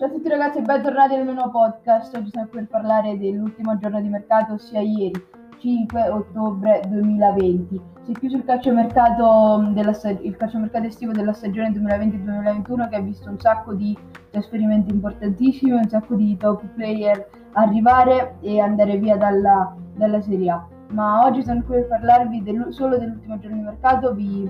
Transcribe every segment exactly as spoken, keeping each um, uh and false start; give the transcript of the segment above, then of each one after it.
Ciao a tutti ragazzi e bentornati nel mio nuovo podcast. Oggi stiamo per parlare dell'ultimo giorno di mercato, ossia ieri, cinque ottobre duemilaventi. Si è chiuso il calciomercato, della stag- il calciomercato estivo della stagione duemilaventi duemilaventuno, che ha visto un sacco di trasferimenti importantissimi, un sacco di top player arrivare e andare via dalla, dalla Serie A. Ma oggi sono qui per parlarvi del, solo dell'ultimo giorno di mercato. Vi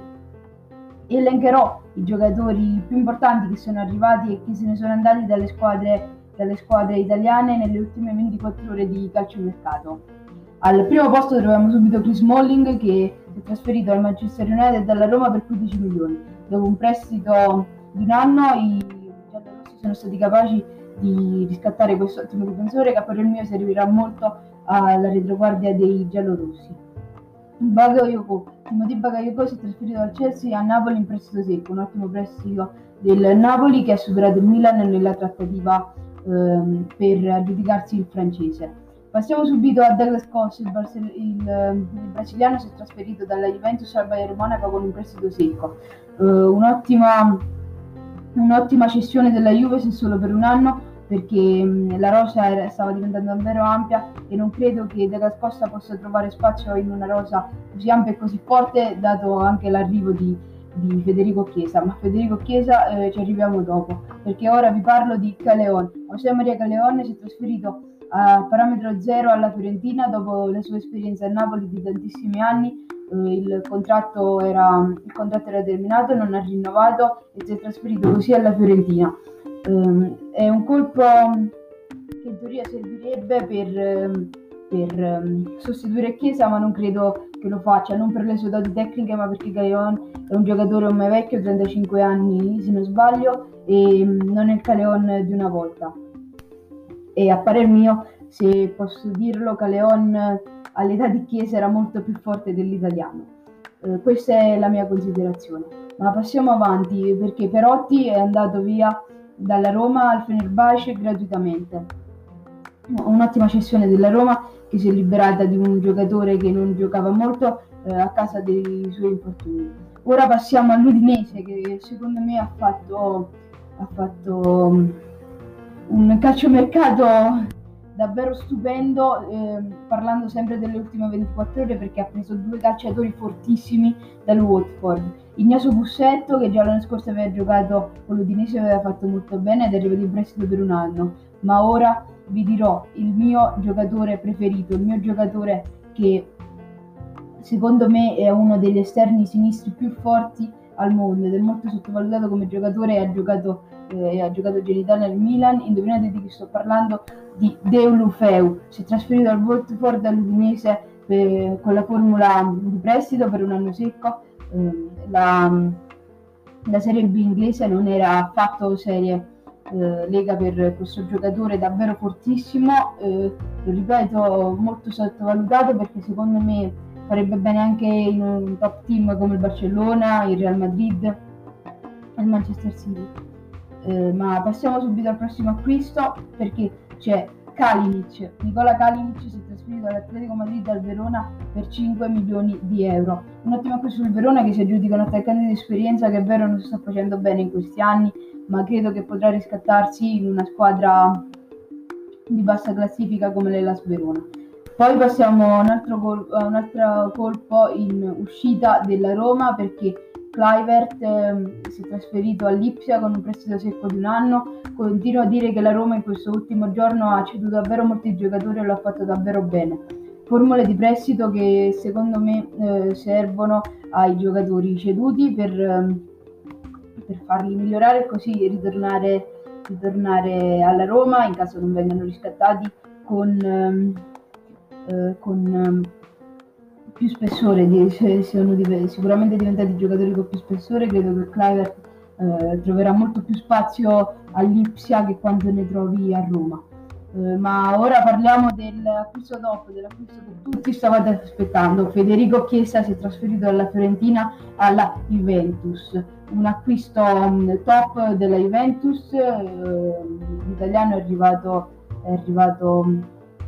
elencherò i giocatori più importanti che sono arrivati e che se ne sono andati dalle squadre, dalle squadre italiane nelle ultime ventiquattro ore di calciomercato. Al primo posto troviamo subito Chris Smalling, che si è trasferito al Manchester United dalla Roma per quindici milioni. Dopo un prestito di un anno i giallorossi sono stati capaci di riscattare questo ottimo difensore che a parer mio servirà molto alla retroguardia dei giallorossi. Bakayoko, Timothy Bakayoko si è trasferito dal Chelsea a Napoli in prestito secco, un ottimo prestito del Napoli che ha superato il Milan nella trattativa ehm, per aggiudicarsi il francese. Passiamo subito a Douglas Costa, il, Barcel- il, il brasiliano si è trasferito dalla Juventus al Bayern Monaco con un prestito secco. Uh, un'ottima, un'ottima cessione della Juve, se solo per un anno, perché mh, la rosa era, stava diventando davvero ampia e non credo che Douglas Costa possa trovare spazio in una rosa così ampia e così forte, dato anche l'arrivo di, di Federico Chiesa. Ma Federico Chiesa eh, ci arriviamo dopo, perché ora vi parlo di Caleon. José María Caleon si è trasferito a parametro zero alla Fiorentina dopo la sua esperienza a Napoli di tantissimi anni. Eh, il, contratto era, il contratto era terminato, non ha rinnovato e si è trasferito così alla Fiorentina. Um, è un colpo che in teoria servirebbe per, per um, sostituire Chiesa, ma non credo che lo faccia, non per le sue doti tecniche, ma perché Caleon è un giocatore ormai vecchio, trentacinque anni se non sbaglio, e um, non è il Caleon di una volta. E a parer mio, se posso dirlo, Caleon all'età di Chiesa era molto più forte dell'italiano. Eh, questa è la mia considerazione. Ma passiamo avanti, perché Perotti è andato via dalla Roma al Fenerbahce gratuitamente. Un'ottima cessione della Roma, che si è liberata di un giocatore che non giocava molto eh, a causa dei suoi infortuni. Ora passiamo all'Udinese, che secondo me ha fatto, ha fatto un calciomercato davvero stupendo, eh, parlando sempre delle ultime ventiquattro ore, perché ha preso due calciatori fortissimi dal Watford. Ignacio Bussetto, che già l'anno scorso aveva giocato con l'Udinese, aveva fatto molto bene ed è arrivato in prestito per un anno, ma ora vi dirò il mio giocatore preferito, il mio giocatore che secondo me è uno degli esterni sinistri più forti al mondo ed è molto sottovalutato come giocatore. Ha giocato, eh, ha giocato già in Italia al Milan. Indovinate di chi sto parlando? Di Deulofeu. Si è trasferito al Watford all'Udinese per, con la formula di prestito per un anno secco. Eh, la, la Serie B inglese non era affatto serie eh, lega per questo giocatore davvero fortissimo, eh, lo ripeto, molto sottovalutato, perché secondo me farebbe bene anche in un top team come il Barcellona, il Real Madrid e il Manchester City. Eh, ma passiamo subito al prossimo acquisto, perché c'è Kalinic. Nicola Kalinic si è trasferito dall'Atletico Madrid al Verona per cinque milioni di euro. Un ottimo acquisto sul Verona, che si aggiudica un attaccante di esperienza che è vero non si sta facendo bene in questi anni, ma credo che potrà riscattarsi in una squadra di bassa classifica come l'Hellas Verona. Poi passiamo a un altro, col- a un altro colpo in uscita della Roma, perché Kluivert eh, si è trasferito all'Ipsia con un prestito secco di un anno. Continuo a dire che la Roma in questo ultimo giorno ha ceduto davvero molti giocatori e lo ha fatto davvero bene. Formule di prestito che secondo me eh, servono ai giocatori ceduti per, eh, per farli migliorare e così ritornare, ritornare alla Roma in caso non vengano riscattati con... Ehm, eh, con ehm, più spessore, di, se, sono div- sicuramente diventati giocatori con più spessore. Credo che Kluivert eh, troverà molto più spazio all'Ipsia che quando ne trovi a Roma. Eh, ma ora parliamo dell'acquisto dopo, dell'acquisto che tutti stavate aspettando. Federico Chiesa si è trasferito dalla Fiorentina alla Juventus, un acquisto um, top della Juventus. Eh, l'italiano è arrivato, è arrivato um,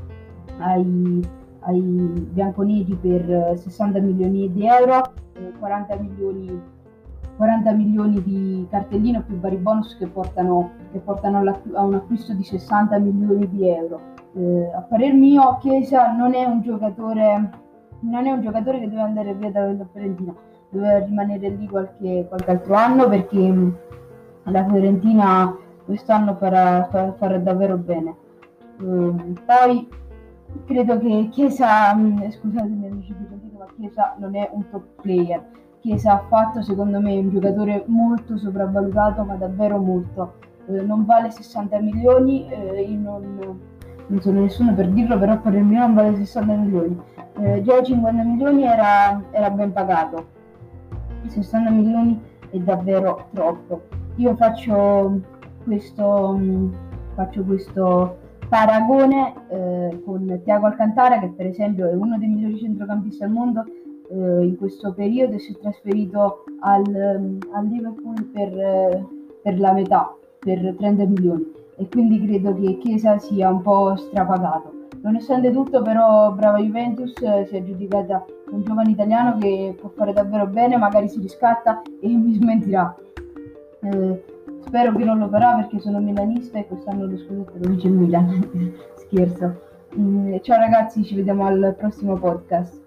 ai, ai bianconeri per sessanta milioni di euro, eh, quaranta milioni quaranta milioni di cartellino più vari bonus che portano, che portano a un acquisto di sessanta milioni di euro. Eh, a parer mio Chiesa non è un giocatore non è un giocatore che deve andare via dalla Fiorentina, deve rimanere lì qualche, qualche altro anno, perché la Fiorentina quest'anno farà, farà davvero bene. Eh, poi credo che Chiesa, scusatemi amici fiorentini, ma Chiesa non è un top player. Chiesa ha fatto, secondo me, un giocatore molto sopravvalutato, ma davvero molto. Eh, non vale sessanta milioni, eh, io non, non sono nessuno per dirlo, però per il mio non vale sessanta milioni. Eh, già cinquanta milioni era, era ben pagato, sessanta milioni è davvero troppo. Io faccio questo, mh, faccio questo paragone eh, con Thiago Alcantara, che per esempio è uno dei migliori centrocampisti al mondo, eh, in questo periodo si è trasferito al, al Liverpool per, eh, per la metà, per trenta milioni, e quindi credo che Chiesa sia un po' strapagato. Nonostante tutto, però, brava Juventus, eh, si è aggiudicata un giovane italiano che può fare davvero bene, magari si riscatta e mi smentirà. Eh, spero che non lo farà, perché sono milanista e quest'anno lo scudetto lo vince il Milan. Scherzo. Mm, ciao ragazzi, ci vediamo al prossimo podcast.